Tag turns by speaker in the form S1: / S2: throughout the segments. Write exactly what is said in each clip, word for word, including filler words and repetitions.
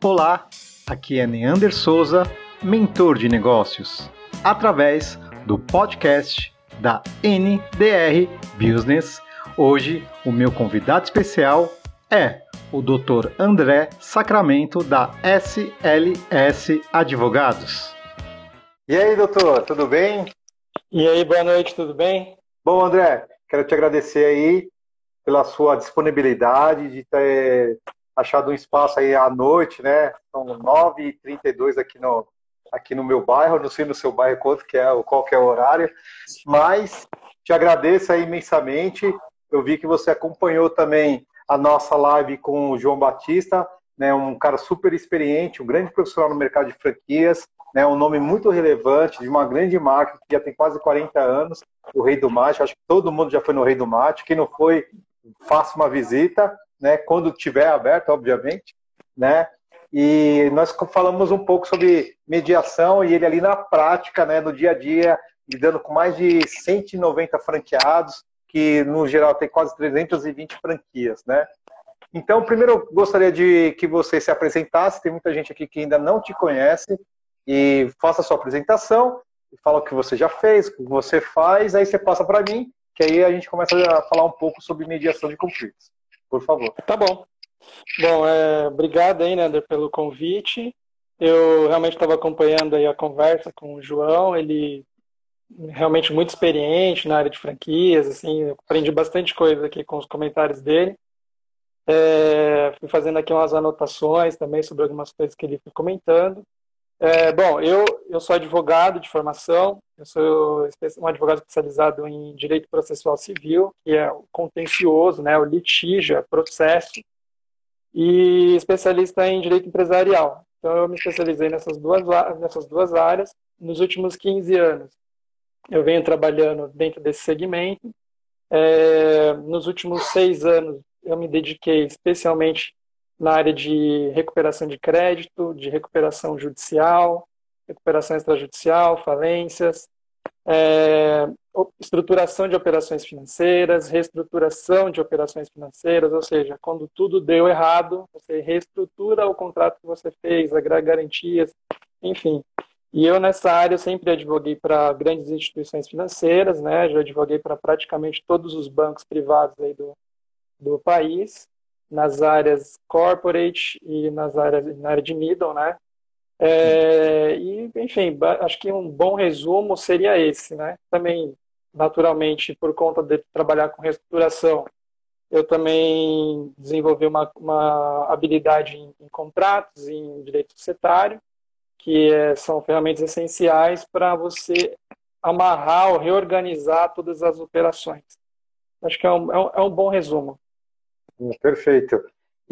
S1: Olá, aqui é Neander Souza, mentor de negócios, através do podcast da N D R Business. Hoje, o meu convidado especial é o doutor André Sacramento, da S L S Advogados.
S2: E aí, doutor, tudo bem?
S3: E aí, boa noite, tudo bem?
S2: Bom, André, quero te agradecer aí pela sua disponibilidade de ter achado um espaço aí à noite, né? São nove e trinta e dois aqui no, aqui no meu bairro, não sei no seu bairro quanto que é, qual que é o horário, mas te agradeço aí imensamente. Eu vi que você acompanhou também a nossa live com o João Batista, né? Um cara super experiente, um grande profissional no mercado de franquias, né? Um nome muito relevante, de uma grande marca que já tem quase quarenta anos, o Rei do Mate. Acho que todo mundo já foi no Rei do Mate. Quem não foi, faça uma visita, né, quando tiver aberto, obviamente, né? E nós falamos um pouco sobre mediação e ele ali na prática, né, no dia a dia, lidando com mais de cento e noventa franqueados, que no geral tem quase trezentas e vinte franquias, né? Então, primeiro eu gostaria de que você se apresentasse, tem muita gente aqui que ainda não te conhece, e faça a sua apresentação, fala o que você já fez, o que você faz, aí você passa para mim, que aí a gente começa a falar um pouco sobre mediação de conflitos. Por favor.
S3: Tá bom. Bom, é, obrigado aí, Nander, pelo convite. Eu realmente estava acompanhando aí a conversa com o João, ele realmente muito experiente na área de franquias, assim, eu aprendi bastante coisa aqui com os comentários dele. É, fui fazendo aqui umas anotações também sobre algumas coisas que ele foi comentando. É, bom, eu, eu sou advogado de formação, eu sou um advogado especializado em direito processual civil, que é o contencioso, né, o litígio, é processo, e especialista em direito empresarial. Então, eu me especializei nessas duas, nessas duas áreas nos últimos quinze anos. Eu venho trabalhando dentro desse segmento. É, nos últimos seis anos, eu me dediquei especialmente na área de recuperação de crédito, de recuperação judicial, recuperação extrajudicial, falências, é, estruturação de operações financeiras, reestruturação de operações financeiras, ou seja, quando tudo deu errado, você reestrutura o contrato que você fez, agrega garantias, enfim. E eu nessa área eu sempre advoguei para grandes instituições financeiras, né? Já advoguei para praticamente todos os bancos privados aí do, do país, nas áreas corporate e nas áreas, na área de middle, né? É, e, enfim, acho que um bom resumo seria esse, né? Também, naturalmente, por conta de trabalhar com reestruturação, eu também desenvolvi uma, uma habilidade em, em contratos, em direito societário, que é, são ferramentas essenciais para você amarrar ou reorganizar todas as operações. Acho que é um, é um, é um bom resumo.
S2: Perfeito.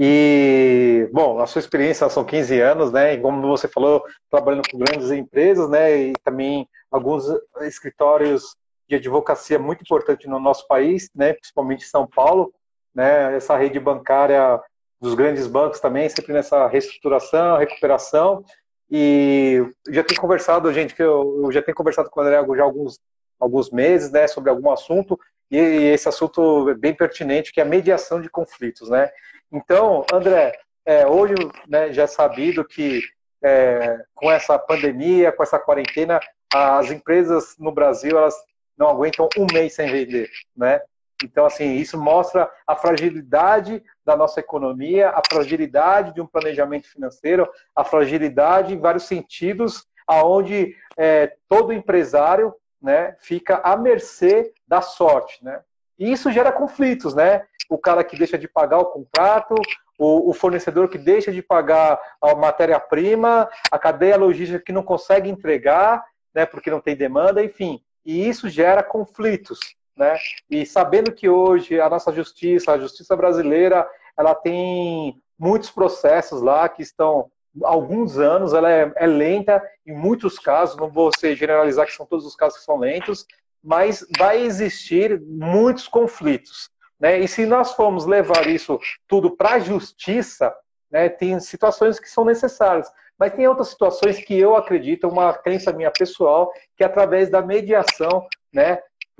S2: E, bom, a sua experiência são quinze anos, né? E como você falou, trabalhando com grandes empresas, né? E também alguns escritórios de advocacia muito importantes no nosso país, né? Principalmente em São Paulo, né? Essa rede bancária dos grandes bancos também, sempre nessa reestruturação, recuperação. E já tenho conversado, gente, que eu, eu já tenho conversado com o André já há alguns, alguns meses, né? Sobre algum assunto. E esse assunto é bem pertinente, que é a mediação de conflitos, né? Então, André, é, hoje, né, já é sabido que é, com essa pandemia, com essa quarentena, as empresas no Brasil, elas não aguentam um mês sem vender, né? Então, assim, isso mostra a fragilidade da nossa economia, a fragilidade de um planejamento financeiro, a fragilidade em vários sentidos, aonde é, todo empresário, né, fica à mercê da sorte, né? E isso gera conflitos, né? O cara que deixa de pagar o contrato, o, o fornecedor que deixa de pagar a matéria-prima, a cadeia logística que não consegue entregar, né, porque não tem demanda, enfim. E isso gera conflitos, né? E sabendo que hoje a nossa justiça, a justiça brasileira, ela tem muitos processos lá que estão alguns anos, ela é, é lenta em muitos casos, não vou ser generalizar que são todos os casos que são lentos, mas vai existir muitos conflitos, né? E se nós formos levar isso tudo para a justiça, né, tem situações que são necessárias, mas tem outras situações que eu acredito, uma crença minha pessoal, que através da mediação, né,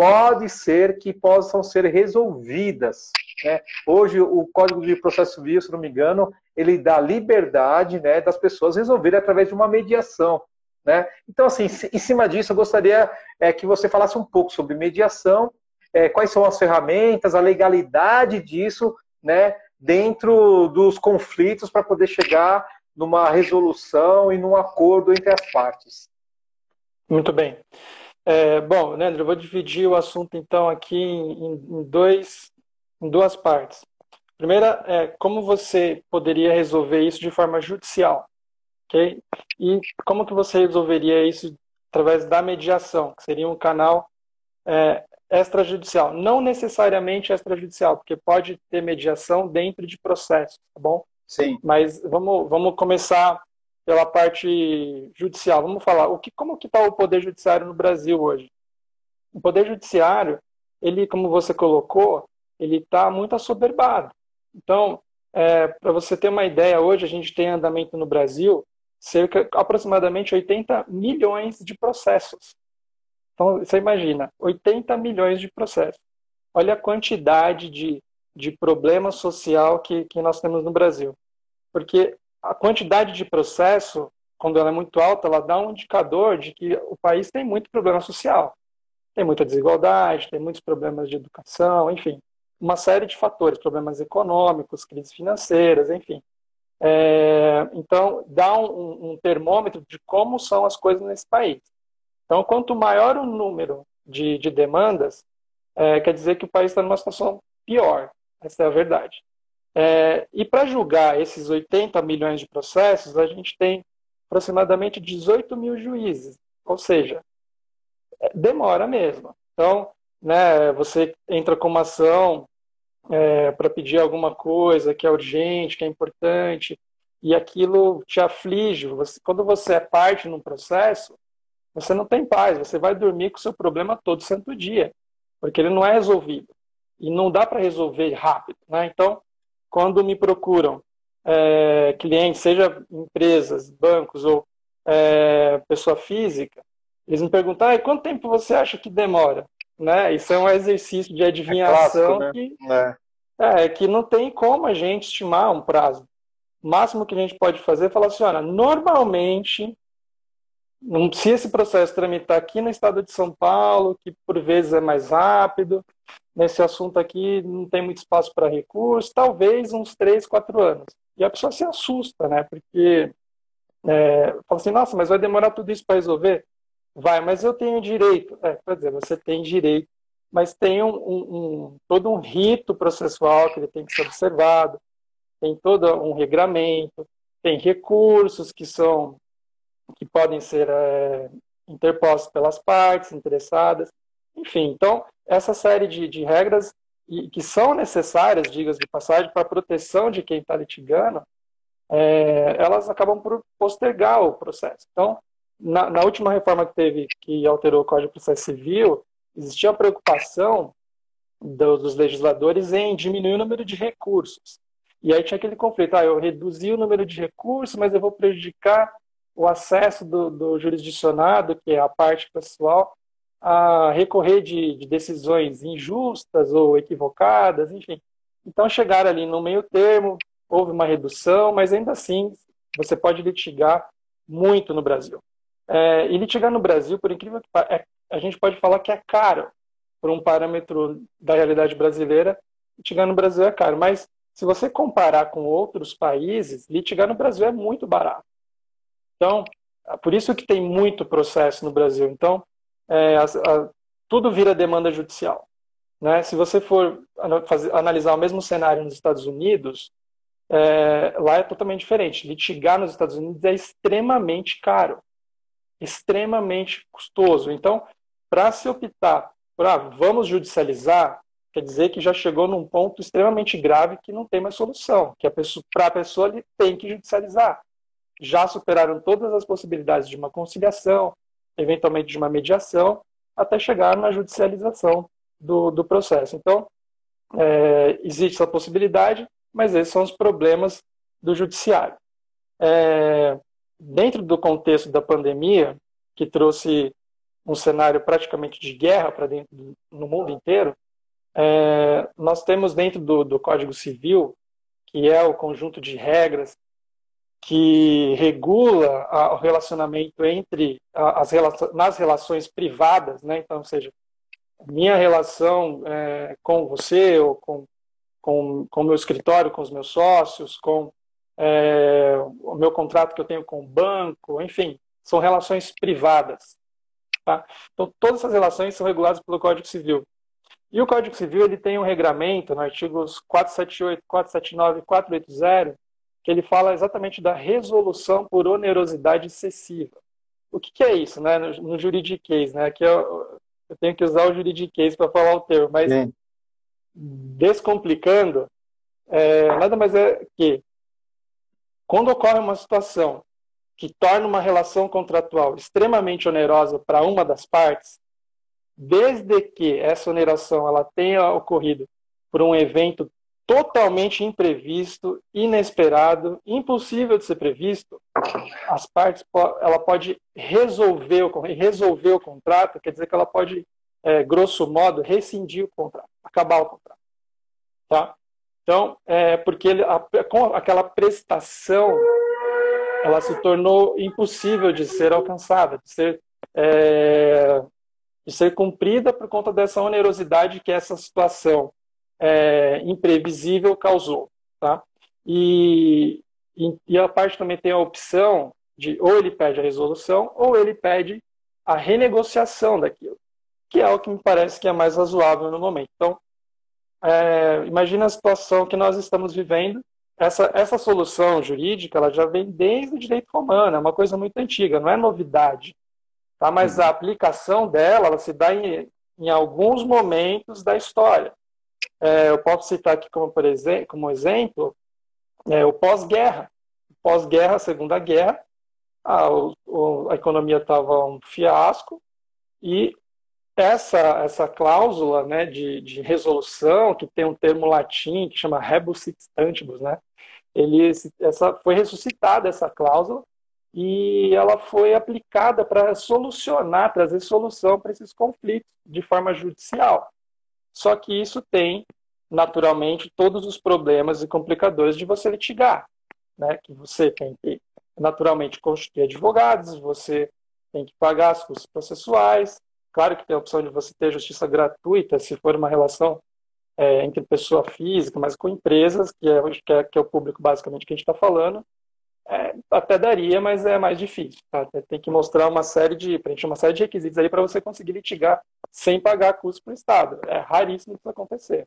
S2: pode ser que possam ser resolvidas, né? Hoje, o Código de Processo Civil, se não me engano, ele dá liberdade, né, das pessoas resolverem através de uma mediação, né? Então, assim, em cima disso, eu gostaria é, que você falasse um pouco sobre mediação, é, quais são as ferramentas, a legalidade disso, né, dentro dos conflitos para poder chegar numa resolução e num acordo entre as partes.
S3: Muito bem. É, bom, Leandro, eu vou dividir o assunto então aqui em, em, dois, em duas partes. Primeira é como você poderia resolver isso de forma judicial, ok? E como que você resolveria isso através da mediação, que seria um canal é, extrajudicial. Não necessariamente extrajudicial, porque pode ter mediação dentro de processo, tá bom?
S2: Sim.
S3: Mas vamos, vamos começar pela parte judicial. Vamos falar, o que, como que está o Poder Judiciário no Brasil hoje? O Poder Judiciário, ele, como você colocou, ele está muito assoberbado. Então, é, para você ter uma ideia, hoje a gente tem andamento no Brasil cerca aproximadamente oitenta milhões de processos. Então, você imagina, oitenta milhões de processos. Olha a quantidade de, de problema social que, que nós temos no Brasil. Porque a quantidade de processo, quando ela é muito alta, ela dá um indicador de que o país tem muito problema social. Tem muita desigualdade, tem muitos problemas de educação, enfim. Uma série de fatores, problemas econômicos, crises financeiras, enfim. É, então, dá um, um termômetro de como são as coisas nesse país. Então, quanto maior o número de, de demandas, é, quer dizer que o país está numa situação pior. Essa é a verdade. É, e para julgar esses oitenta milhões de processos, a gente tem aproximadamente dezoito mil juízes. Ou seja, demora mesmo. Então, né, você entra com uma ação é, para pedir alguma coisa que é urgente, que é importante, e aquilo te aflige. Você, quando você é parte num processo, você não tem paz, você vai dormir com o seu problema todo santo dia, porque ele não é resolvido. E não dá para resolver rápido, né? Então, quando me procuram é, clientes, seja empresas, bancos ou é, pessoa física, eles me perguntam, ah, quanto tempo você acha que demora? Né? Isso é um exercício de adivinhação
S2: é clássico, né?
S3: que,
S2: é.
S3: É, que não tem como a gente estimar um prazo. O máximo que a gente pode fazer é falar assim, olha, normalmente, se esse processo tramitar aqui no estado de São Paulo, que por vezes é mais rápido, nesse assunto aqui não tem muito espaço para recurso, talvez uns três, quatro anos. E a pessoa se assusta, né? Porque é, fala assim, nossa, mas vai demorar tudo isso para resolver? Vai, mas eu tenho direito. É, quer dizer, você tem direito, mas tem um, um, um, todo um rito processual que ele tem que ser observado, tem todo um regramento, tem recursos que são que podem ser é, interpostos pelas partes interessadas, enfim. Então, essa série de, de regras e, que são necessárias, digas de passagem, para a proteção de quem está litigando, é, elas acabam por postergar o processo. Então, na, na última reforma que teve, que alterou o Código de Processo Civil, existia a preocupação do, dos legisladores em diminuir o número de recursos. E aí tinha aquele conflito, ah, eu reduzi o número de recursos, mas eu vou prejudicar o acesso do, do jurisdicionado, que é a parte processual, a recorrer de, de decisões injustas ou equivocadas, enfim. Então chegaram ali no meio termo, houve uma redução, mas ainda assim você pode litigar muito no Brasil. É, e litigar no Brasil, por incrível que pareça, a gente pode falar que é caro, por um parâmetro da realidade brasileira, litigar no Brasil é caro. Mas se você comparar com outros países, litigar no Brasil é muito barato. Então, por isso que tem muito processo no Brasil. Então, é, a, a, tudo vira demanda judicial. Né? Se você for fazer, analisar o mesmo cenário nos Estados Unidos, é, lá é totalmente diferente. Litigar nos Estados Unidos é extremamente caro, extremamente custoso. Então, para se optar por ah, vamos judicializar, quer dizer que já chegou num ponto extremamente grave que não tem mais solução, que para a pessoa ele tem que judicializar. Já superaram todas as possibilidades de uma conciliação, eventualmente de uma mediação, até chegar na judicialização do, do processo. Então, é, existe essa possibilidade, mas esses são os problemas do judiciário. É, dentro do contexto da pandemia, que trouxe um cenário praticamente de guerra para dentro do, no mundo inteiro, é, nós temos dentro do, do Código Civil, que é o conjunto de regras que regula a, o relacionamento entre a, as relações, nas relações privadas, né? Então, ou seja, minha relação é, com você ou com com o meu escritório, com os meus sócios, com é, o meu contrato que eu tenho com o banco, enfim, são relações privadas. Tá? Então, todas essas relações são reguladas pelo Código Civil. E o Código Civil ele tem um regramento, no artigos quatrocentos e setenta e oito, quatrocentos e setenta e nove e quatrocentos e oitenta, que ele fala exatamente da resolução por onerosidade excessiva. O que, que é isso, né? No, no juridiquês, né? Aqui eu, eu tenho que usar o juridiquês para falar o termo, mas Sim. descomplicando, é, nada mais é que quando ocorre uma situação que torna uma relação contratual extremamente onerosa para uma das partes, desde que essa oneração ela tenha ocorrido por um evento totalmente imprevisto, inesperado, impossível de ser previsto, as partes ela pode resolver o, resolver o contrato, quer dizer que ela pode, é, grosso modo, rescindir o contrato, acabar o contrato. Tá? Então, é porque ele, a, com aquela prestação ela se tornou impossível de ser alcançada, de ser, é, de ser cumprida por conta dessa onerosidade que essa situação é, imprevisível causou. Tá? E, e, e a parte também tem a opção de ou ele pede a resolução ou ele pede a renegociação daquilo, que é o que me parece que é mais razoável no momento. Então, é, imagina a situação que nós estamos vivendo. Essa, essa solução jurídica ela já vem desde o direito romano, é uma coisa muito antiga, não é novidade. Tá? Mas a aplicação dela ela se dá em, em alguns momentos da história. É, eu posso citar aqui como, por exemplo, como exemplo é, o pós-guerra. Pós-guerra, Segunda Guerra, a, o, a economia estava um fiasco e essa, essa cláusula, né, de, de resolução, que tem um termo latim que chama rebus sic stantibus, né? Ele, essa, foi ressuscitada essa cláusula e ela foi aplicada para solucionar, trazer solução para esses conflitos de forma judicial. Só que isso tem, naturalmente, todos os problemas e complicadores de você litigar, né? Que você tem que, naturalmente, constituir advogados, você tem que pagar os custos processuais. Claro que tem a opção de você ter justiça gratuita, se for uma relação é, entre pessoa física, mas com empresas, que é, que é, que é o público basicamente que a gente está falando, é, até daria, mas é mais difícil. Tá? Tem que mostrar uma série de, preencher uma série de requisitos aí para você conseguir litigar sem pagar custos para o Estado. É raríssimo isso acontecer.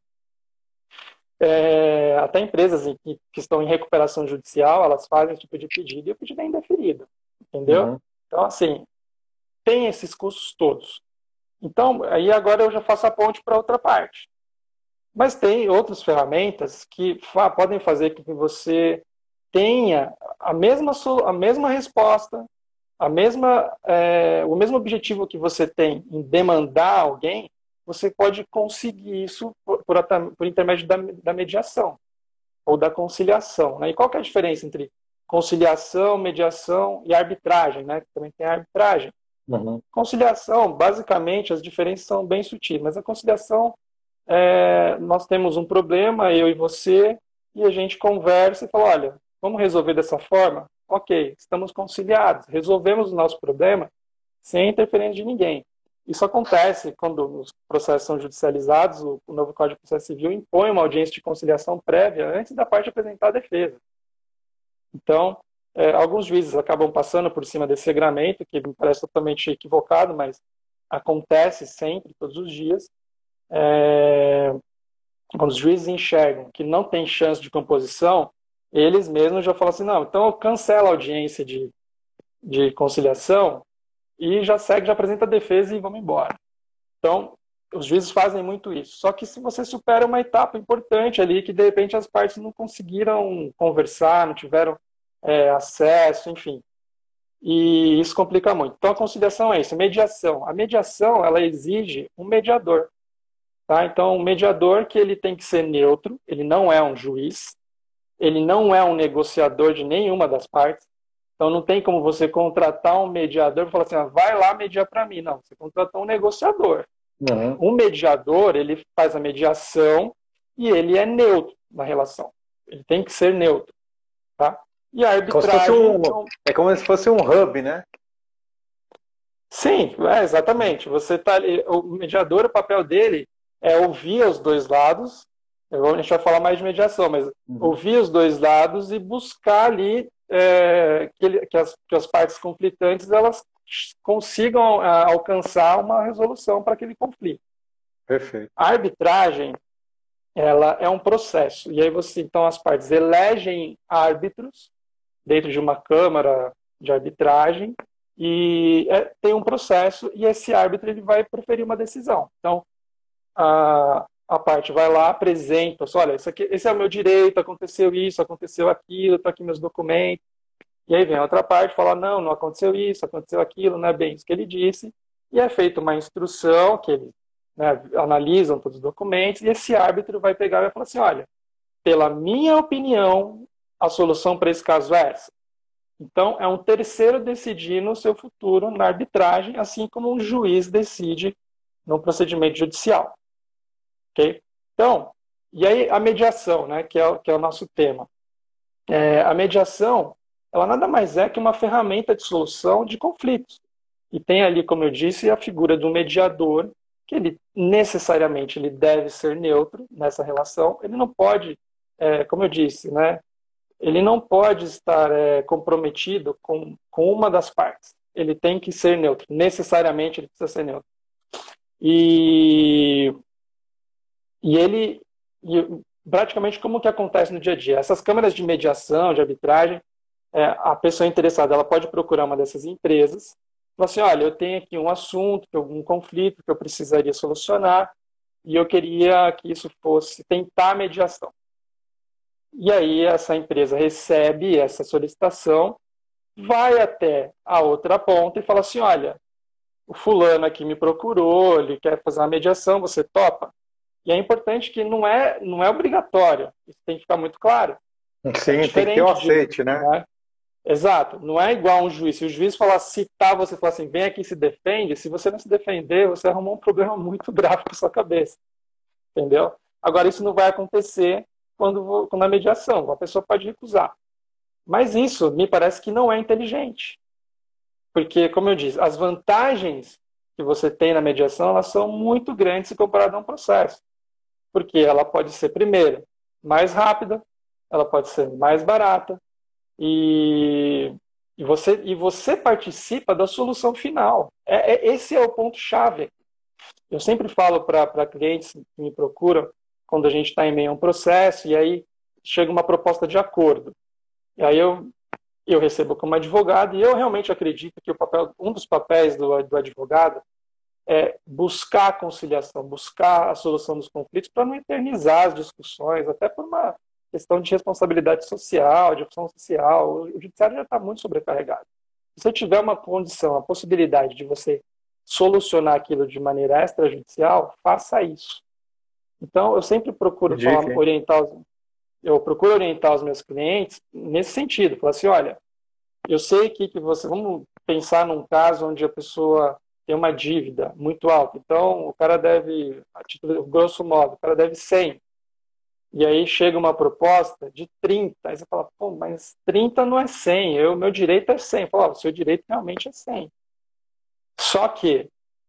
S3: É, até empresas que, que estão em recuperação judicial, elas fazem esse tipo de pedido e o pedido é indeferido. Entendeu? Uhum. Então, assim, tem esses custos todos. Então, aí agora eu já faço a ponte para outra parte. Mas tem outras ferramentas que fa podem fazer com que você tenha a mesma, a mesma resposta, a mesma, é, o mesmo objetivo que você tem em demandar alguém, você pode conseguir isso por, por, por intermédio da, da mediação ou da conciliação. Né? E qual que é a diferença entre conciliação, mediação e arbitragem? Né? Também tem a arbitragem. Uhum. Conciliação, basicamente, as diferenças são bem sutis, mas a conciliação, é, nós temos um problema, eu e você, e a gente conversa e fala, olha, vamos resolver dessa forma? Ok, estamos conciliados, resolvemos o nosso problema sem interferência de ninguém. Isso acontece quando os processos são judicializados, o, o novo Código de Processo Civil impõe uma audiência de conciliação prévia antes da parte apresentar a defesa. Então, É, alguns juízes acabam passando por cima desse regramento, que me parece totalmente equivocado, mas acontece sempre, todos os dias. É, quando os juízes enxergam que não tem chance de composição, eles mesmos já falam assim, não, então cancela a audiência de, de conciliação e já segue, já apresenta a defesa e vamos embora. Então, os juízes fazem muito isso. Só que se você supera uma etapa importante ali, que de repente as partes não conseguiram conversar, não tiveram É, acesso, enfim. E isso complica muito. Então, a conciliação é isso, mediação. A mediação, ela exige um mediador. Tá? Então, um mediador que ele tem que ser neutro, ele não é um juiz, ele não é um negociador de nenhuma das partes. Então, Então não tem como você contratar um mediador e falar assim, ah, vai lá mediar para mim. Não, você contratou um negociador.
S2: Uhum.
S3: Um mediador, ele faz a mediação e ele é neutro na relação. Ele tem que ser neutro. Tá? E a arbitragem...
S2: Como um, é como se fosse um hub, né?
S3: Sim, é, exatamente. Você tá ali, o mediador, o papel dele é ouvir os dois lados. A gente vai falar mais de mediação, mas uhum. ouvir os dois lados e buscar ali é, que, ele, que, as, que as partes conflitantes elas consigam a, alcançar uma resolução para aquele conflito.
S2: Perfeito.
S3: A arbitragem, ela é um processo. E aí você, então, as partes elegem árbitros dentro de uma câmara de arbitragem e é, tem um processo e esse árbitro ele vai proferir uma decisão. Então, a A parte vai lá, apresenta, olha, isso aqui, esse é o meu direito, aconteceu isso, aconteceu aquilo, estão aqui meus documentos. E aí vem a outra parte, fala, não, não aconteceu isso, aconteceu aquilo, não é bem isso que ele disse. E é feita uma instrução, que eles né, analisam todos os documentos, e esse árbitro vai pegar e vai falar assim, olha, pela minha opinião, a solução para esse caso é essa. Então, é um terceiro decidindo o seu futuro na arbitragem, assim como um juiz decide no procedimento judicial. Okay? Então, e aí a mediação, né, que, é, que é o nosso tema. É, a mediação, ela nada mais é que uma ferramenta de solução de conflitos. E tem ali, como eu disse, a figura do mediador, que ele necessariamente ele deve ser neutro nessa relação. Ele não pode, é, como eu disse, né, ele não pode estar é, comprometido com, com uma das partes. Ele tem que ser neutro. Necessariamente ele precisa ser neutro. E... E ele, e praticamente como que acontece no dia a dia? Essas câmaras de mediação, de arbitragem, é, a pessoa interessada ela pode procurar uma dessas empresas, falar assim, olha, eu tenho aqui um assunto, algum conflito que eu precisaria solucionar, e eu queria que isso fosse tentar a mediação. E aí essa empresa recebe essa solicitação, vai até a outra ponta e fala assim, olha, o fulano aqui me procurou, ele quer fazer uma mediação, você topa? E é importante que não é, não é obrigatório. Isso tem que ficar muito claro.
S2: Sim, é tem que ter o aceite, de, né?
S3: né? Exato. Não é igual um juiz. Se o juiz falar, citar, você falar assim, vem aqui e se defende, se você não se defender, você arrumou um problema muito grave com a sua cabeça. Entendeu? Agora, isso não vai acontecer quando, quando a mediação. A pessoa pode recusar. Mas isso me parece que não é inteligente. Porque, como eu disse, as vantagens que você tem na mediação, elas são muito grandes se comparado a um processo. Porque ela pode ser, primeiro, mais rápida, ela pode ser mais barata, e, e, você, e você participa da solução final. É, é, esse é o ponto-chave. Eu sempre falo para clientes que me procuram, quando a gente está em meio a um processo, e aí chega uma proposta de acordo. E aí eu, eu recebo como advogado, e eu realmente acredito que o papel, um dos papéis do, do advogado é buscar a conciliação, buscar a solução dos conflitos para não eternizar as discussões, até por uma questão de responsabilidade social, de opção social. O judiciário já está muito sobrecarregado. Se você tiver uma condição, a possibilidade de você solucionar aquilo de maneira extrajudicial, faça isso. Então, eu sempre procuro falar, orientar os, eu procuro orientar os meus clientes nesse sentido. Falar assim, olha, eu sei que, que você... Vamos pensar num caso onde a pessoa tem uma dívida muito alta. Então, o cara deve, a título, grosso modo, o cara deve cem. E aí chega uma proposta de trinta. Aí você fala, pô, mas trinta não é cem. Eu, meu direito é cem. Fala, o seu direito realmente é cem. Só que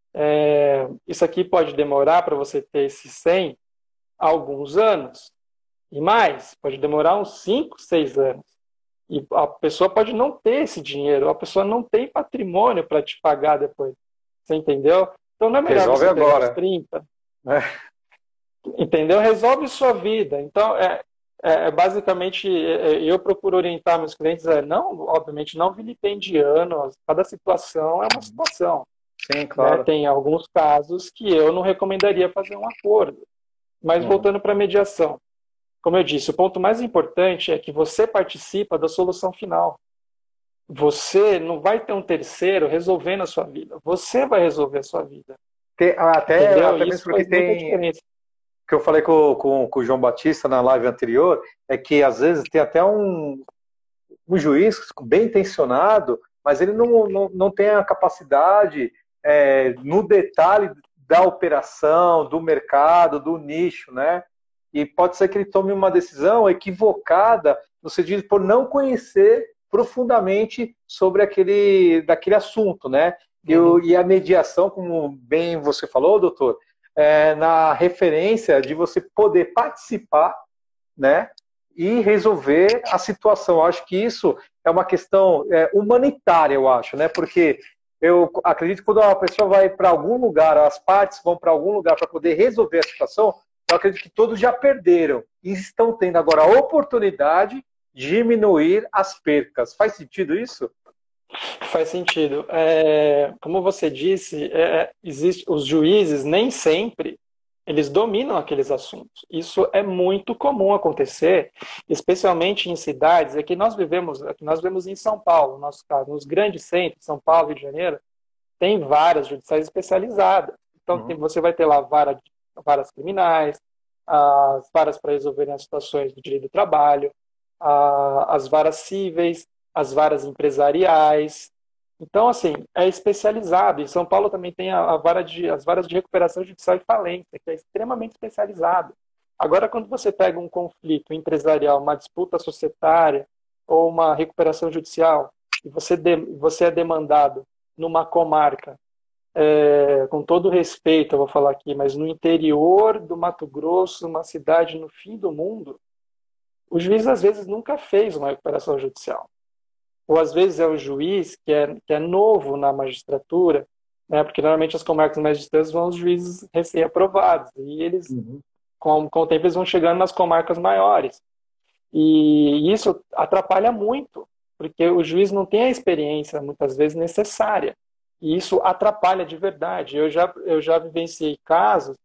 S3: é, isso aqui pode demorar para você ter esse cem alguns anos. E mais, pode demorar uns cinco, seis anos. E a pessoa pode não ter esse dinheiro. A pessoa não tem patrimônio para te pagar depois. Você entendeu? Então não é melhor
S2: Resolve
S3: você pegar
S2: agora.
S3: os trinta.
S2: É.
S3: Entendeu? Resolve sua vida. Então, é, é basicamente, é, eu procuro orientar meus clientes, é, não, obviamente, não vilipendiando. Cada situação é uma situação.
S2: Sim, claro.
S3: Né? Tem alguns casos que eu não recomendaria fazer um acordo. Mas hum. voltando para a mediação. Como eu disse, o ponto mais importante é que você participa da solução final. Você não vai ter um terceiro resolvendo a sua vida. Você vai resolver a sua vida.
S2: Tem, até, até mesmo porque tem...
S3: diferença.
S2: O que eu falei com, com, com o João Batista na live anterior é que às vezes tem até um, um juiz bem intencionado, mas ele não, não, não tem a capacidade é, no detalhe da operação, do mercado, do nicho, né? E pode ser que ele tome uma decisão equivocada no sentido por não conhecer profundamente sobre aquele, daquele assunto, né? E, o, e a mediação, como bem você falou, doutor, é, na referência de você poder participar, né? E resolver a situação. Eu acho que isso é uma questão é, humanitária, eu acho, né? Porque eu acredito que quando a pessoa vai para algum lugar, as partes vão para algum lugar para poder resolver a situação, eu acredito que todos já perderam e estão tendo agora a oportunidade de diminuir as percas. Faz sentido isso?
S3: Faz sentido. É, como você disse, é, existe, os juízes nem sempre eles dominam aqueles assuntos. Isso é muito comum acontecer, especialmente em cidades. É que nós vivemos, é que nós vivemos em São Paulo, no nosso caso, nos grandes centros, São Paulo, Rio de Janeiro, tem varas judiciais especializadas. Então uhum. tem, você vai ter lá vara, varas criminais, as varas para resolverem as situações do direito do trabalho, a, as varas cíveis, as varas empresariais. Então, assim, é especializado. Em São Paulo também tem a, a vara de, as varas de recuperação judicial e falência, que é extremamente especializado. Agora, quando você pega um conflito empresarial, uma disputa societária ou uma recuperação judicial, e você, de, você é demandado numa comarca, é, com todo respeito, eu vou falar aqui, mas no interior do Mato Grosso, uma cidade no fim do mundo, o juiz, às vezes, nunca fez uma recuperação judicial. Ou às vezes é o juiz que é, que é novo na magistratura, né, porque normalmente as comarcas mais distantes vão os juízes recém-aprovados, e eles, uhum. com, com o tempo, eles vão chegando nas comarcas maiores. E isso atrapalha muito, porque o juiz não tem a experiência, muitas vezes, necessária. E isso atrapalha de verdade. Eu já, eu já vivenciei casos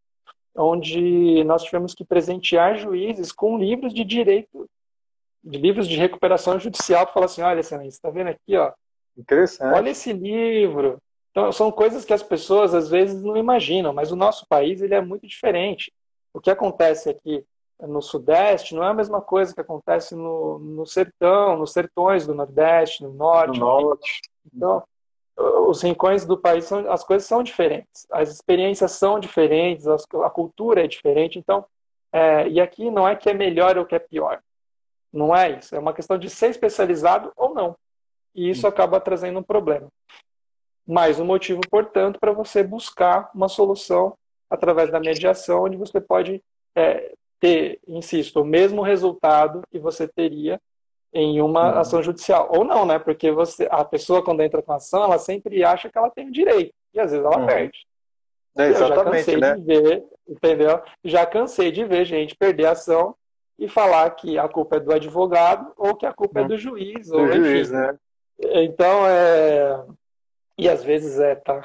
S3: onde nós tivemos que presentear juízes com livros de direito, de livros de recuperação judicial, para falar assim, olha, você está vendo aqui, ó,
S2: interessante.
S3: Olha esse livro. Então, são coisas que as pessoas às vezes não imaginam, mas o nosso país ele é muito diferente. O que acontece aqui no Sudeste não é a mesma coisa que acontece no, no sertão, nos sertões do Nordeste, no Norte.
S2: No Norte.
S3: Então, os rincões do país, são, as coisas são diferentes, as experiências são diferentes, as, a cultura é diferente. Então, é, e aqui não é que é melhor ou que é pior. Não é isso. É uma questão de ser especializado ou não. E isso acaba trazendo um problema. Mais um motivo, portanto, para você buscar uma solução através da mediação, onde você pode é, ter, insisto, o mesmo resultado que você teria em uma uhum. ação judicial. Ou não, né? Porque você, a pessoa, quando entra com a ação, ela sempre acha que ela tem o direito. E às vezes ela uhum. perde.
S2: É, exatamente,
S3: Eu já cansei
S2: né?
S3: de ver, entendeu? Já cansei de ver gente perder a ação e falar que a culpa é do advogado ou que a culpa uhum. é do juiz.
S2: Do
S3: ou,
S2: juiz,
S3: enfim.
S2: né?
S3: Então, é... E às vezes é, tá?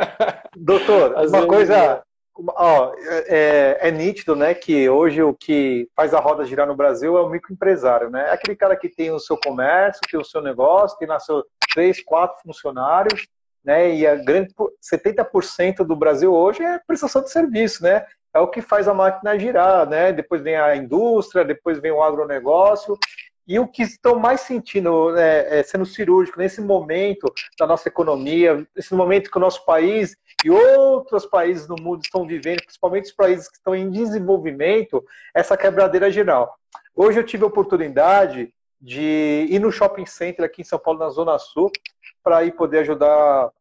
S2: Doutor,
S3: às
S2: uma coisa...
S3: É.
S2: Ó, é, é nítido, né, que hoje o que faz a roda girar no Brasil é o microempresário, né? É aquele cara que tem o seu comércio, tem o seu negócio, tem lá seus três, quatro funcionários, né? E a grande setenta por cento do Brasil hoje é prestação de serviço, né? É o que faz a máquina girar, né? Depois vem a indústria, depois vem o agronegócio. E o que estão mais sentindo, é, é, sendo cirúrgico nesse momento da nossa economia, nesse momento que o nosso país e outros países no mundo estão vivendo, principalmente os países que estão em desenvolvimento, essa quebradeira geral. Hoje eu tive a oportunidade de ir no shopping center aqui em São Paulo, na Zona Sul, para ir poder ajudar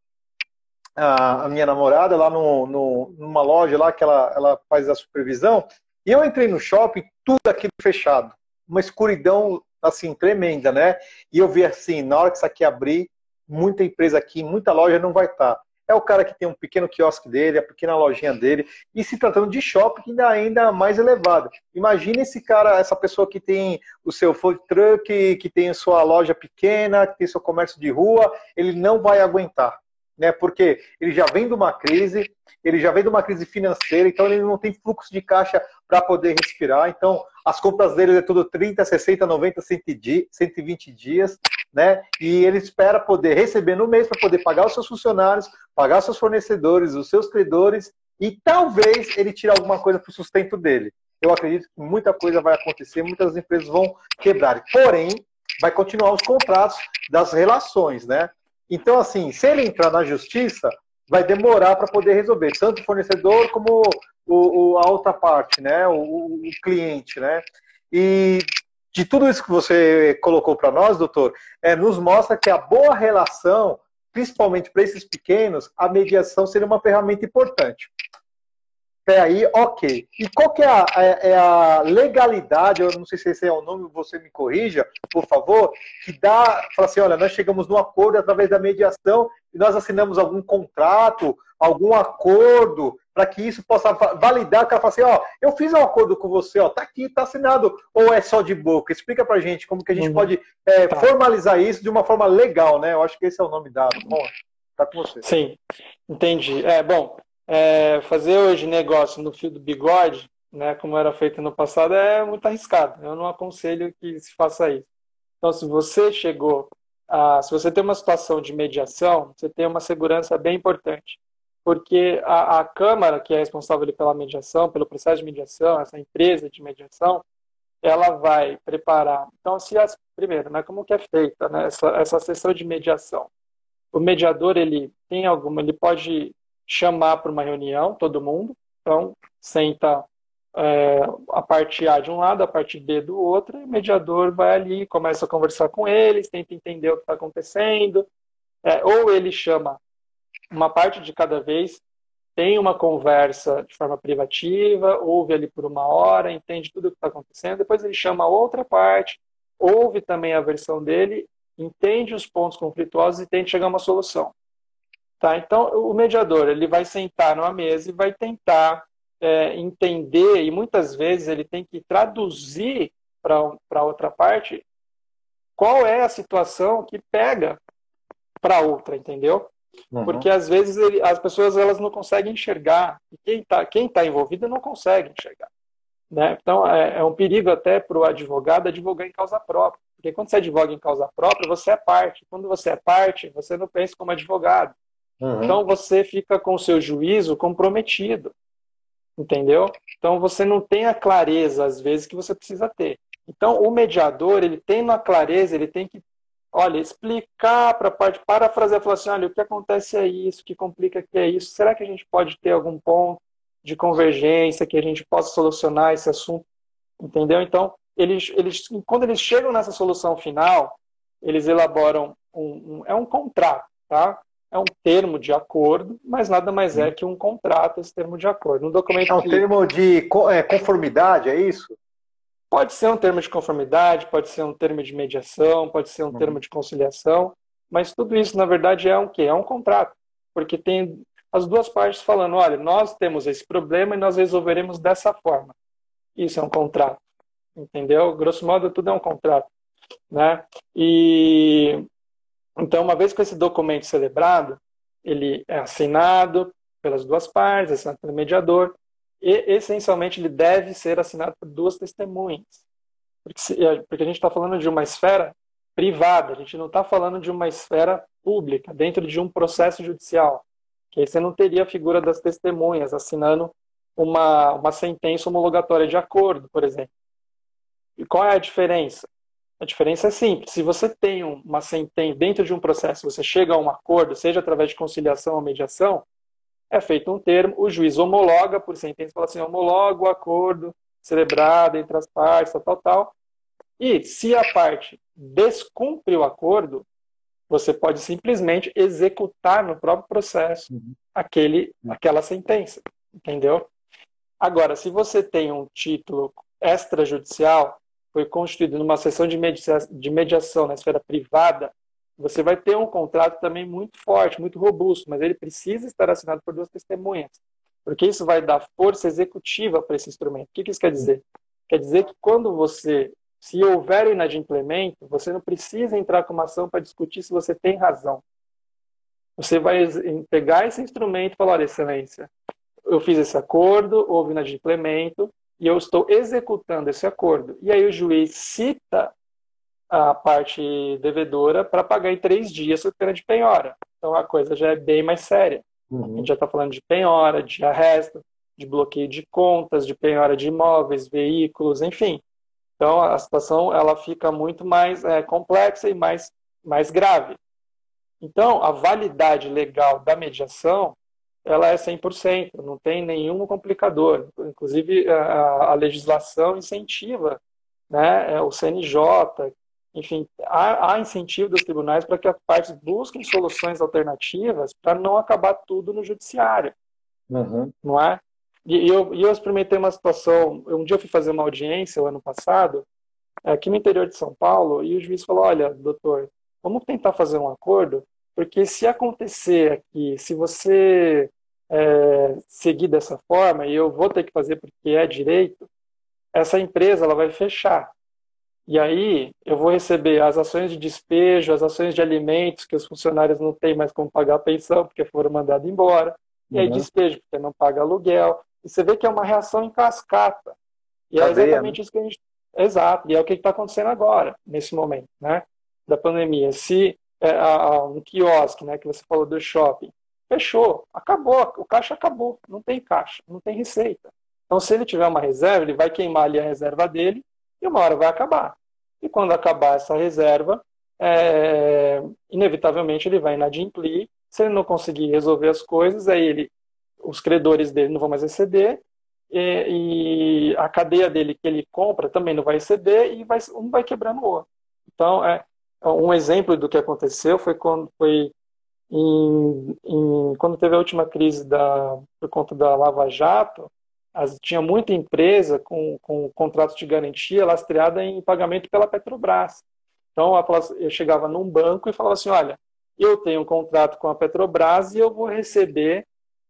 S2: a, a minha namorada lá no, no, numa loja lá que ela, ela faz a supervisão. E eu entrei no shopping, tudo aquilo fechado. Uma escuridão assim, tremenda, né? E eu vi assim, na hora que isso aqui abrir, muita empresa aqui, muita loja não vai estar. É o cara que tem um pequeno quiosque dele, a pequena lojinha dele, e se tratando de shopping ainda, ainda mais elevado. Imagina esse cara, essa pessoa que tem o seu food truck, que tem a sua loja pequena, que tem seu comércio de rua, ele não vai aguentar, né? Porque ele já vem de uma crise, ele já vem de uma crise financeira, então ele não tem fluxo de caixa para poder respirar. Então, as compras dele é tudo trinta, sessenta, noventa, cento e vinte dias, né? E ele espera poder receber no mês para poder pagar os seus funcionários, pagar os seus fornecedores, os seus credores, e talvez ele tire alguma coisa para o sustento dele. Eu acredito que muita coisa vai acontecer, muitas empresas vão quebrar. Porém, vai continuar os contratos das relações, né? Então, assim, se ele entrar na justiça, vai demorar para poder resolver, tanto o fornecedor como o, o, a outra parte, né? O, o cliente, né? E de tudo isso que você colocou para nós, doutor, é, nos mostra que a boa relação, principalmente para esses pequenos, a mediação seria uma ferramenta importante. Até aí, ok. E qual que é a, é, é a legalidade, eu não sei se esse é o nome, você me corrija, por favor, que dá, fala assim, olha, nós chegamos num acordo através da mediação e nós assinamos algum contrato, algum acordo, para que isso possa validar, que ela fala assim, ó, eu fiz um acordo com você, ó, tá aqui, tá assinado, ou é só de boca? Explica pra gente como que a gente uhum. pode é, tá. formalizar isso de uma forma legal, né? Eu acho que esse é o nome dado. Bom, tá com você.
S3: Sim, entendi. É, bom, É, fazer hoje negócio no fio do bigode, né, como era feito no passado, é muito arriscado. Eu não aconselho que se faça isso. Então, se você chegou, a, se você tem uma situação de mediação, você tem uma segurança bem importante. Porque a, a Câmara, que é responsável pela mediação, pelo processo de mediação, essa empresa de mediação, ela vai preparar. Então, se as, primeiro, né, como que é feita, né, essa, essa sessão de mediação? O mediador, ele tem alguma, ele pode chamar para uma reunião todo mundo, então senta é, a parte A de um lado, a parte B do outro, e o mediador vai ali, começa a conversar com eles, tenta entender o que está acontecendo, é, ou ele chama uma parte de cada vez, tem uma conversa de forma privativa, ouve ali por uma hora, entende tudo o que está acontecendo, depois ele chama a outra parte, ouve também a versão dele, entende os pontos conflituosos e tenta chegar a uma solução. Tá, então, o mediador ele vai sentar numa mesa e vai tentar é, entender, e muitas vezes ele tem que traduzir para outra parte qual é a situação que pega para outra, entendeu? Uhum. Porque às vezes ele, as pessoas elas não conseguem enxergar, e quem está quem tá envolvido não consegue enxergar. Né? Então, é, é um perigo até para o advogado advogar em causa própria. Porque quando você advoga em causa própria, você é parte. Quando você é parte, você não pensa como advogado. Uhum. Então você fica com o seu juízo comprometido, entendeu? Então você não tem a clareza, às vezes, que você precisa ter. Então o mediador, ele tem na clareza, ele tem que, olha, explicar para a parte, parafrasear, falar assim, olha, o que acontece é isso, o que complica aqui é isso, será que a gente pode ter algum ponto de convergência, que a gente possa solucionar esse assunto, entendeu? Então, eles, eles, quando eles chegam nessa solução final, eles elaboram um, um é um contrato, tá? É um termo de acordo, mas nada mais é que um contrato, esse termo de acordo. Um documento
S2: é um
S3: que...
S2: termo de conformidade, é isso?
S3: Pode ser um termo de conformidade, pode ser um termo de mediação, pode ser um uhum. termo de conciliação, mas tudo isso, na verdade, é um quê? É um contrato. Porque tem as duas partes falando, olha, nós temos esse problema e nós resolveremos dessa forma. Isso é um contrato, entendeu? Grosso modo, tudo é um contrato, né? E... Então, uma vez que esse documento celebrado, ele é assinado pelas duas partes, assinado pelo mediador, e, essencialmente, ele deve ser assinado por duas testemunhas. Porque, se, porque a gente está falando de uma esfera privada, a gente não está falando de uma esfera pública, dentro de um processo judicial. Que aí você não teria a figura das testemunhas assinando uma, uma sentença homologatória de acordo, por exemplo. E qual é a diferença? A diferença é simples. Se você tem uma sentença dentro de um processo, você chega a um acordo, seja através de conciliação ou mediação, é feito um termo, o juiz homologa por sentença, fala assim, homologa o acordo celebrado entre as partes, tal, tal, tal. E se a parte descumpre o acordo, você pode simplesmente executar no próprio processo aquele, aquela sentença, entendeu? Agora, se você tem um título extrajudicial, foi constituído numa sessão de mediação, de mediação na esfera privada, você vai ter um contrato também muito forte, muito robusto, mas ele precisa estar assinado por duas testemunhas, porque isso vai dar força executiva para esse instrumento. O que isso quer dizer? Quer dizer que quando você, se houver o inadimplemento, você não precisa entrar com uma ação para discutir se você tem razão. Você vai pegar esse instrumento e falar, olha, excelência, eu fiz esse acordo, houve inadimplemento, e eu estou executando esse acordo. E aí o juiz cita a parte devedora para pagar em três dias sob pena de penhora. Então a coisa já é bem mais séria. Uhum. A gente já está falando de penhora, de arresto, de bloqueio de contas, de penhora de imóveis, veículos, enfim. Então, a situação ela fica muito mais é, complexa e mais, mais grave. Então, a validade legal da mediação, ela é cem por cento, não tem nenhum complicador. Inclusive, a, a legislação incentiva, né, é, o C N J, enfim, há, há incentivo dos tribunais para que as partes busquem soluções alternativas para não acabar tudo no judiciário,
S2: Uhum.
S3: não é? E eu, e eu experimentei uma situação, um dia eu fui fazer uma audiência, o ano passado, aqui no interior de São Paulo, e o juiz falou, olha, doutor, vamos tentar fazer um acordo, porque se acontecer aqui, se você é, seguir dessa forma, e eu vou ter que fazer porque é direito, essa empresa ela vai fechar. E aí eu vou receber as ações de despejo, as ações de alimentos, que os funcionários não têm mais como pagar a pensão, porque foram mandados embora, e aí
S2: Uhum.
S3: despejo, porque não paga aluguel. E você vê que é uma reação em cascata. E é
S2: Cadeia, né?
S3: exatamente isso que a gente... Exato, e é o que está acontecendo agora, nesse momento, né, da pandemia. Se é, a, um quiosque, né, que você falou do shopping, fechou, acabou, o caixa acabou, não tem caixa, não tem receita. Então, se ele tiver uma reserva, ele vai queimar ali a reserva dele e uma hora vai acabar. E quando acabar essa reserva, é, inevitavelmente ele vai inadimplir. Se ele não conseguir resolver as coisas, aí ele, os credores dele não vão mais receber, e, e a cadeia dele que ele compra também não vai exceder e vai, um vai quebrando o outro. Então, é, um exemplo do que aconteceu foi quando, foi em, em, quando teve a última crise da, por conta da Lava Jato, as, tinha muita empresa com, com contratos de garantia lastreada em pagamento pela Petrobras. Então, eu chegava num banco e falava assim, olha, eu tenho um contrato com a Petrobras e eu vou receber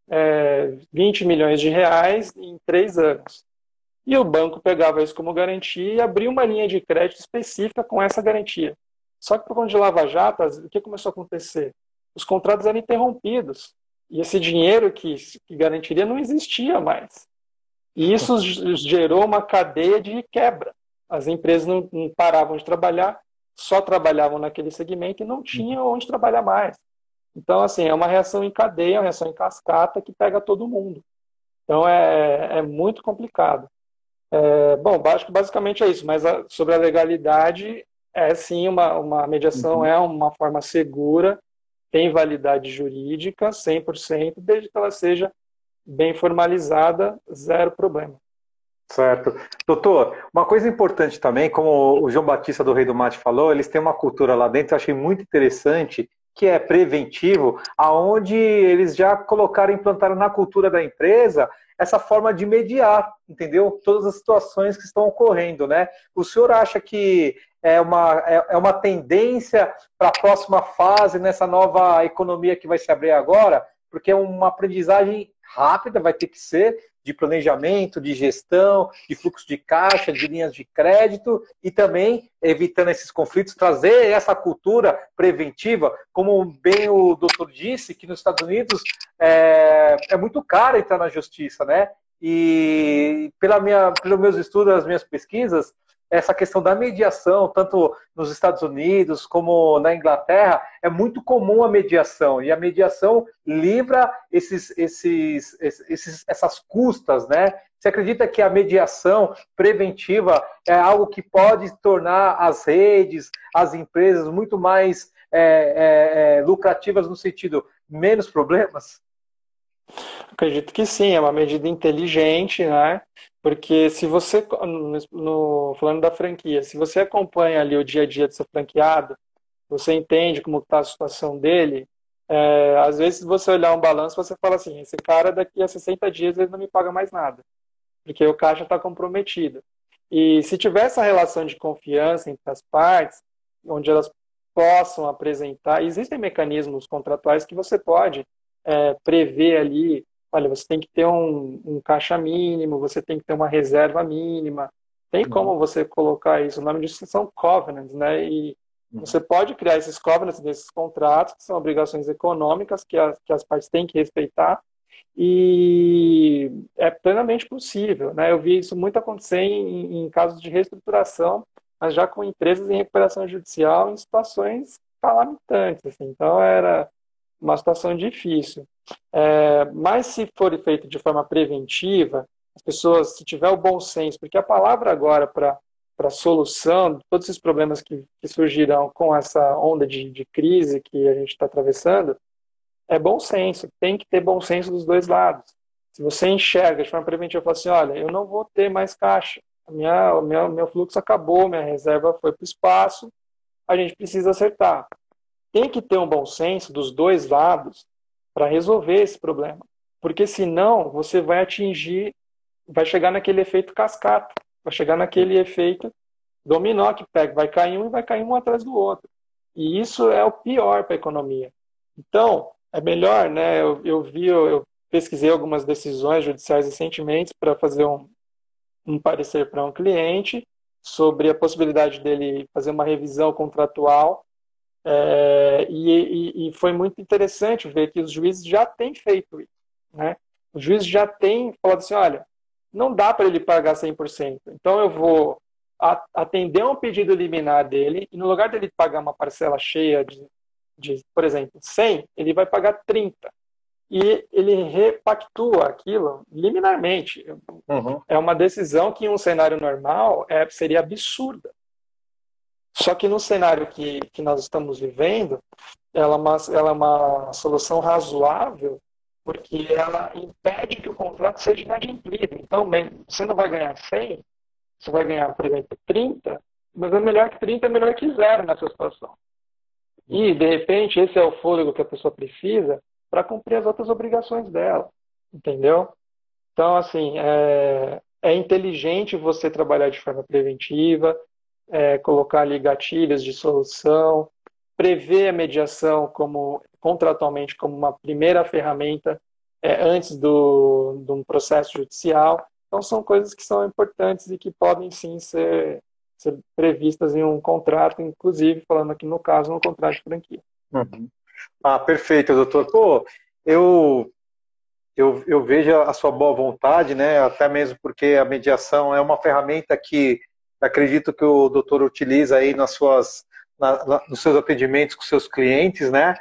S3: É, vinte milhões de reais em três anos. E o banco pegava isso como garantia e abria uma linha de crédito específica com essa garantia. Só que por conta de Lava Jato, o que começou a acontecer? Os contratos eram interrompidos. E esse dinheiro que, que garantiria não existia mais. E isso gerou uma cadeia de quebra. As empresas não, não paravam de trabalhar, só trabalhavam naquele segmento e não tinham onde trabalhar mais. Então, assim, é uma reação em cadeia, uma reação em cascata que pega todo mundo. Então, é, é muito complicado. É, bom, acho que basicamente é isso, mas a, sobre a legalidade, é sim, uma, uma mediação
S2: Uhum.
S3: é uma forma segura, tem validade jurídica, cem por cento, desde que ela seja bem formalizada, zero problema.
S2: Certo. Doutor, uma coisa importante também, como o João Batista do Rei do Mate falou, eles têm uma cultura lá dentro, eu achei muito interessante, que é preventivo, aonde eles já colocaram, implantaram na cultura da empresa essa forma de mediar, entendeu? Todas as situações que estão ocorrendo, né? O senhor acha que é uma, é, é uma tendência para a próxima fase, nessa nova economia que vai se abrir agora? Porque é uma aprendizagem rápida, vai ter que ser, de planejamento, de gestão, de fluxo de caixa, de linhas de crédito e também, evitando esses conflitos, trazer essa cultura preventiva, como bem o doutor disse, que nos Estados Unidos é, é muito caro entrar na justiça, né? E pela minha, pelos meus estudos, as minhas pesquisas, essa questão da mediação, tanto nos Estados Unidos como na Inglaterra, é muito comum a mediação, e a mediação livra esses, esses, esses, essas custas, né? Você acredita que a mediação preventiva é algo que pode tornar as redes, as empresas muito mais é, é, é, lucrativas no sentido menos problemas?
S3: Acredito que sim, é uma medida inteligente, né? Porque se você, no, falando da franquia, se você acompanha ali o dia a dia do seu franqueado, você entende como está a situação dele, é, às vezes você olhar um balanço, você fala assim, esse cara daqui a sessenta dias ele não me paga mais nada, porque o caixa está comprometido. E se tiver essa relação de confiança entre as partes, onde elas possam apresentar, existem mecanismos contratuais que você pode é, prever ali, olha, você tem que ter um, um caixa mínimo, você tem que ter uma reserva mínima, tem como você colocar isso, o nome disso são covenants, né? E você pode criar esses covenants desses contratos, que são obrigações econômicas que as, que as partes têm que respeitar, e é plenamente possível, né? Eu vi isso muito acontecer em, em casos de reestruturação, mas já com empresas em recuperação judicial em situações calamitantes, assim. Então era uma situação difícil. É, mas se for feito de forma preventiva, as pessoas, se tiver o bom senso, porque a palavra agora para a solução de todos esses problemas que, que surgirão com essa onda de, de crise que a gente está atravessando, é bom senso. Tem que ter bom senso dos dois lados. Se você enxerga de forma preventiva e fala assim, olha, eu não vou ter mais caixa, a minha, o meu, meu fluxo acabou, minha reserva foi para o espaço, a gente precisa acertar. Tem que ter um bom senso dos dois lados para resolver esse problema. Porque senão você vai atingir, vai chegar naquele efeito cascata, vai chegar naquele efeito dominó que pega, vai cair um e vai cair um atrás do outro. E isso é o pior para a economia. Então, é melhor, né? Eu, eu vi, eu, eu pesquisei algumas decisões judiciais recentemente para fazer um, um parecer para um cliente sobre a possibilidade dele fazer uma revisão contratual. É, e, e, e foi muito interessante ver que os juízes já têm feito isso, né? Os juízes já têm falado assim, olha, não dá para ele pagar cem por cento, então eu vou atender um pedido liminar dele e no lugar dele pagar uma parcela cheia de, de, por exemplo, cem, ele vai pagar trinta. E ele repactua aquilo liminarmente.
S2: Uhum.
S3: É uma decisão que em um cenário normal é, seria absurda. Só que no cenário que, que nós estamos vivendo, ela é, uma, ela é uma solução razoável, porque ela impede que o contrato seja inadimplido. Então, bem, você não vai ganhar cem, você vai ganhar, por exemplo, trinta, mas é melhor que trinta, é melhor que zero nessa situação. E, de repente, esse é o fôlego que a pessoa precisa para cumprir as outras obrigações dela, entendeu? Então, assim, é, é inteligente você trabalhar de forma preventiva, é, colocar ali gatilhos de solução, prever a mediação como, contratualmente como uma primeira ferramenta é, antes do, de um processo judicial. Então, são coisas que são importantes e que podem, sim, ser, ser previstas em um contrato, inclusive, falando aqui no caso, no contrato de franquia.
S2: Uhum. Ah, perfeito, doutor. Pô, eu, eu, eu vejo a sua boa vontade, né? Até mesmo porque a mediação é uma ferramenta que acredito que o doutor utiliza aí nas suas, na, na, nos seus atendimentos com seus clientes, né?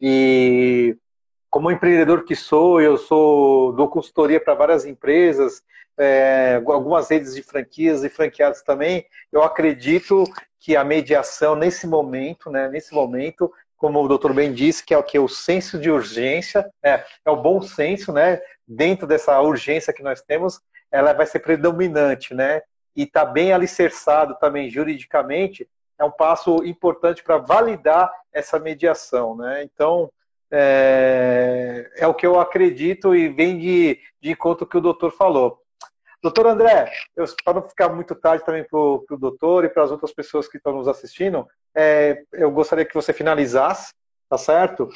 S2: E como empreendedor que sou, eu sou dou consultoria para várias empresas, é, algumas redes de franquias e franqueados também. Eu acredito que a mediação nesse momento, né? Nesse momento como o doutor bem disse, que é o que? O senso de urgência, é, é o bom senso, né? Dentro dessa urgência que nós temos, ela vai ser predominante, né? E está bem alicerçado também juridicamente, é um passo importante para validar essa mediação, né? Então, é, é o que eu acredito e vem de, de encontro que o doutor falou. Doutor André, para não ficar muito tarde também para o doutor e para as outras pessoas que estão nos assistindo, é, eu gostaria que você finalizasse, tá certo?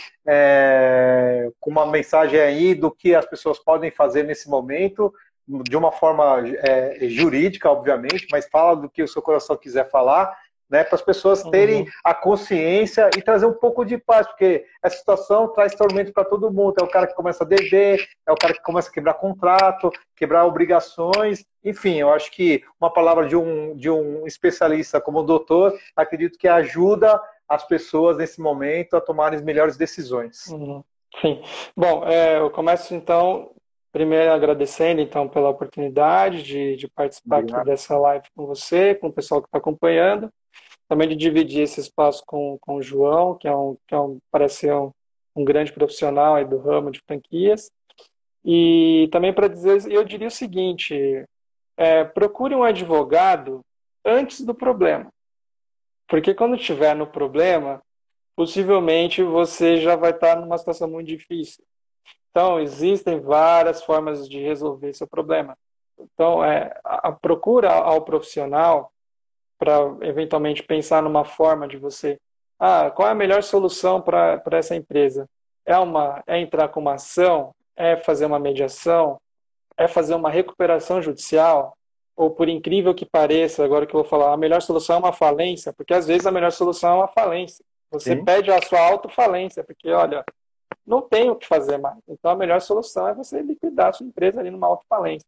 S2: É, com uma mensagem aí do que as pessoas podem fazer nesse momento, de uma forma é, jurídica, obviamente, mas fala do que o seu coração quiser falar, né, para as pessoas terem uhum. a consciência e trazer um pouco de paz, porque essa situação traz tormento para todo mundo. É o cara que começa a dever, é o cara que começa a quebrar contrato, quebrar obrigações, enfim, eu acho que uma palavra de um, de um especialista como o doutor, acredito que ajuda as pessoas nesse momento a tomarem as melhores decisões.
S3: Uhum. Sim. Bom, é, eu começo então, primeiro agradecendo então pela oportunidade de, de participar Obrigado. aqui dessa live com você, com o pessoal que está acompanhando. Também de dividir esse espaço com, com o João, que, é um, que é um, parece ser um, um grande profissional aí do ramo de franquias. E também para dizer, eu diria o seguinte, é, procure um advogado antes do problema. Porque quando estiver no problema, possivelmente você já vai estar numa situação muito difícil. Então, existem várias formas de resolver esse problema. Então, é, a procura ao profissional para eventualmente pensar numa forma de você, ah, qual é a melhor solução para essa empresa? É, uma, é entrar com uma ação? É fazer uma mediação? É fazer uma recuperação judicial? Ou, por incrível que pareça, agora que eu vou falar, a melhor solução é uma falência, porque às vezes a melhor solução é uma falência. Você Sim. pede a sua autofalência, porque, olha, não tem o que fazer mais. Então, a melhor solução é você liquidar a sua empresa ali numa autofalência.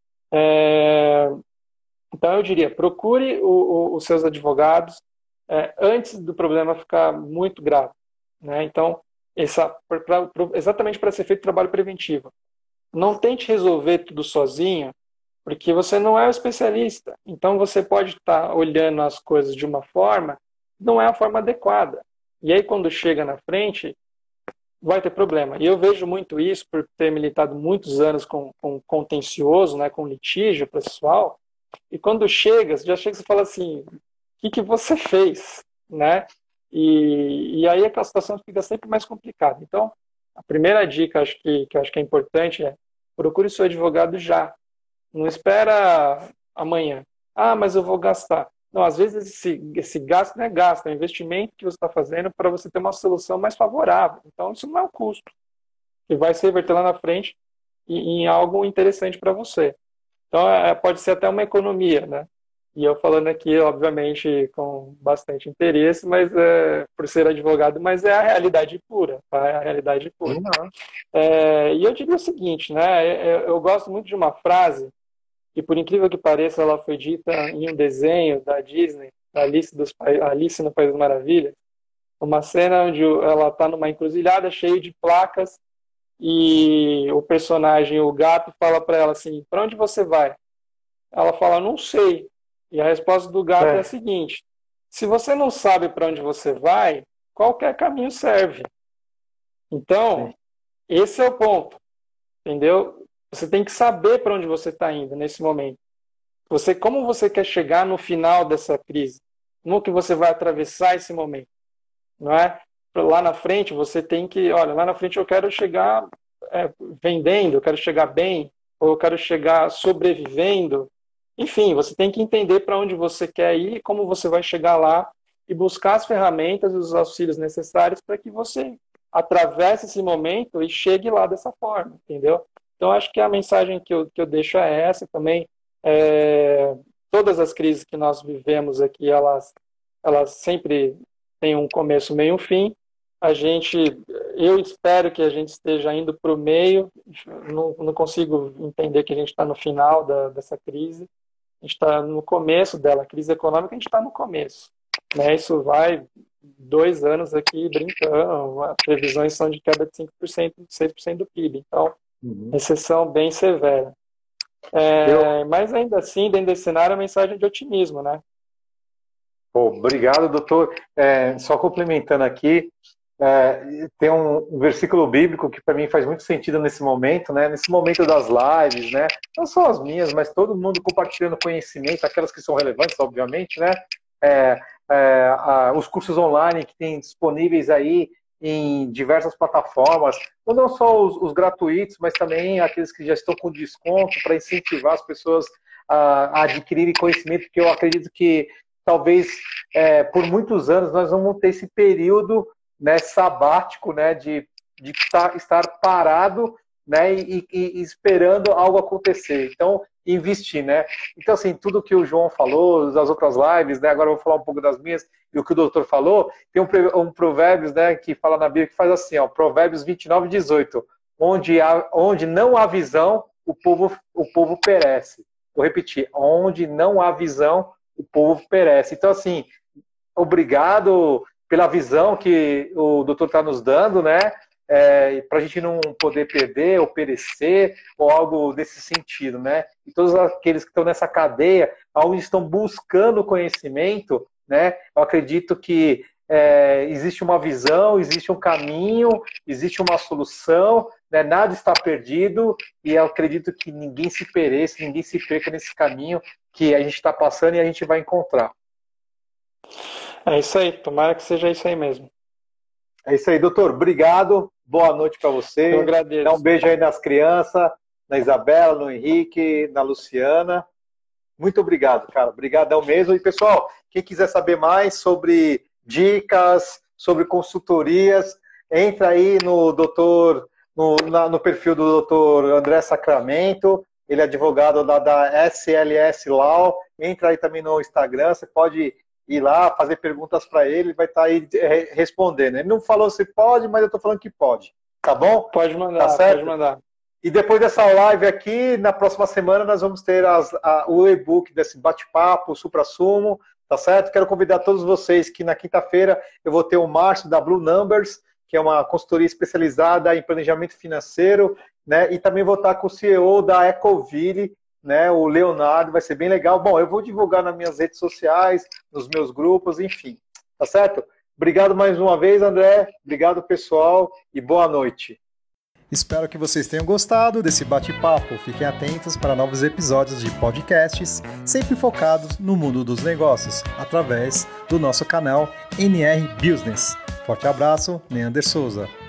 S3: É... Então, eu diria, procure o, o, os seus advogados é, antes do problema ficar muito grave. Né? Então, essa, pra, pra, exatamente para ser feito trabalho preventivo. Não tente resolver tudo sozinho, Porque você não é o especialista. Então você pode estar olhando as coisas de uma forma que não é a forma adequada. E aí quando chega na frente, vai ter problema. E eu vejo muito isso por ter militado muitos anos com, com contencioso, né, com litígio processual. E quando chega, já chega e fala assim, o que, que você fez? Né? E, e aí a situação fica sempre mais complicada. Então, a primeira dica acho que, que eu acho que é importante é procure seu advogado já. Não espera amanhã. Ah, mas eu vou gastar. Não, às vezes esse, esse gasto não é gasto, é um investimento que você está fazendo para você ter uma solução mais favorável. Então, isso não é um custo. Que vai se reverter lá na frente em, em algo interessante para você. Então, é, pode ser até uma economia, né? E eu falando aqui, obviamente, com bastante interesse, mas é, por ser advogado, mas é a realidade pura, tá? É a realidade pura. É, e eu diria o seguinte, né? Eu, eu gosto muito de uma frase que, por incrível que pareça, ela foi dita em um desenho da Disney, Alice, dos, Alice no País das Maravilhas, uma cena onde ela está numa encruzilhada cheia de placas e o personagem, o gato, fala para ela assim, para onde você vai? Ela fala, não sei. E a resposta do gato é, é a seguinte, se você não sabe para onde você vai, qualquer caminho serve. Então, Sim. esse é o ponto, entendeu? Você tem que saber para onde você está indo nesse momento. Você, como você quer chegar no final dessa crise? Como que você vai atravessar esse momento? Não é? Lá na frente, você tem que... Olha, lá na frente eu quero chegar é, vendendo, eu quero chegar bem, ou eu quero chegar sobrevivendo. Enfim, você tem que entender para onde você quer ir, como você vai chegar lá e buscar as ferramentas e os auxílios necessários para que você atravesse esse momento e chegue lá dessa forma, entendeu? Então, acho que a mensagem que eu, que eu deixo é essa também. É, todas as crises que nós vivemos aqui, elas, elas sempre têm um começo, meio e um fim. A gente, eu espero que a gente esteja indo para o meio, não, não consigo entender que a gente está no final da, dessa crise, a gente está no começo dela, a crise econômica, a gente está no começo. Né? Isso vai dois anos aqui brincando, as previsões são de queda de cinco por cento, seis por cento do P I B, então, uhum. recessão bem severa. É, mas ainda assim, dentro desse cenário, a mensagem de otimismo, né?
S2: Pô, obrigado, doutor. É, só complementando aqui, é, tem um, um versículo bíblico que para mim faz muito sentido nesse momento, né? Nesse momento das lives, né? Não só as minhas, mas todo mundo compartilhando conhecimento, aquelas que são relevantes, obviamente, né? É, é, a, os cursos online que tem disponíveis aí em diversas plataformas, não só os, os gratuitos, mas também aqueles que já estão com desconto para incentivar as pessoas a, a adquirirem conhecimento, porque eu acredito que talvez é, por muitos anos nós vamos ter esse período, né, sabático, né, de, de estar, estar parado, né, e, e, e esperando algo acontecer. Então, investir, né? Então, assim, tudo que o João falou, das outras lives, né, agora eu vou falar um pouco das minhas, e o que o doutor falou, tem um, um provérbios, né, que fala na Bíblia, que faz assim, ó, Provérbios vinte e nove, dezoito, onde, há, onde não há visão, o povo, o povo perece. Vou repetir, onde não há visão, o povo perece. Então, assim, obrigado pela visão que o doutor está nos dando, né? É, para a gente não poder perder ou perecer, ou algo desse sentido, né? E todos aqueles que estão nessa cadeia, onde estão buscando conhecimento, né? Eu acredito que é, existe uma visão, existe um caminho, existe uma solução, né? Nada está perdido, e eu acredito que ninguém se pereça, ninguém se perca nesse caminho que a gente está passando e a gente vai encontrar.
S3: É isso aí, tomara que seja isso aí mesmo.
S2: É isso aí, doutor. Obrigado. Boa noite para você.
S3: Eu agradeço.
S2: Dá um beijo aí nas crianças, na Isabela, no Henrique, na Luciana. Muito obrigado, cara. Obrigadão mesmo. E, pessoal, quem quiser saber mais sobre dicas, sobre consultorias, entra aí no doutor, no, na, no perfil do doutor André Sacramento. Ele é advogado da, da S L S Law. Entra aí também no Instagram. Você pode ir lá, fazer perguntas para ele, ele vai estar aí respondendo. Ele não falou se pode, mas eu estou falando que pode. Tá bom?
S3: Pode mandar,
S2: tá certo?
S3: pode mandar.
S2: E depois dessa live aqui, na próxima semana, nós vamos ter as, a, o e-book desse bate-papo, o Supra-Sumo, tá certo? Quero convidar todos vocês que na quinta-feira eu vou ter o Márcio da Blue Numbers, que é uma consultoria especializada em planejamento financeiro, né? E também vou estar com o C E O da Ecoville, né, o Leonardo, vai ser bem legal. Bom, eu vou divulgar nas minhas redes sociais, nos meus grupos, enfim. Tá certo? Obrigado mais uma vez, André. Obrigado, pessoal, e boa noite.
S1: Espero que vocês tenham gostado desse bate-papo. Fiquem atentos para novos episódios de podcasts, sempre focados no mundo dos negócios, através do nosso canal N R Business. Forte abraço, Neander Souza.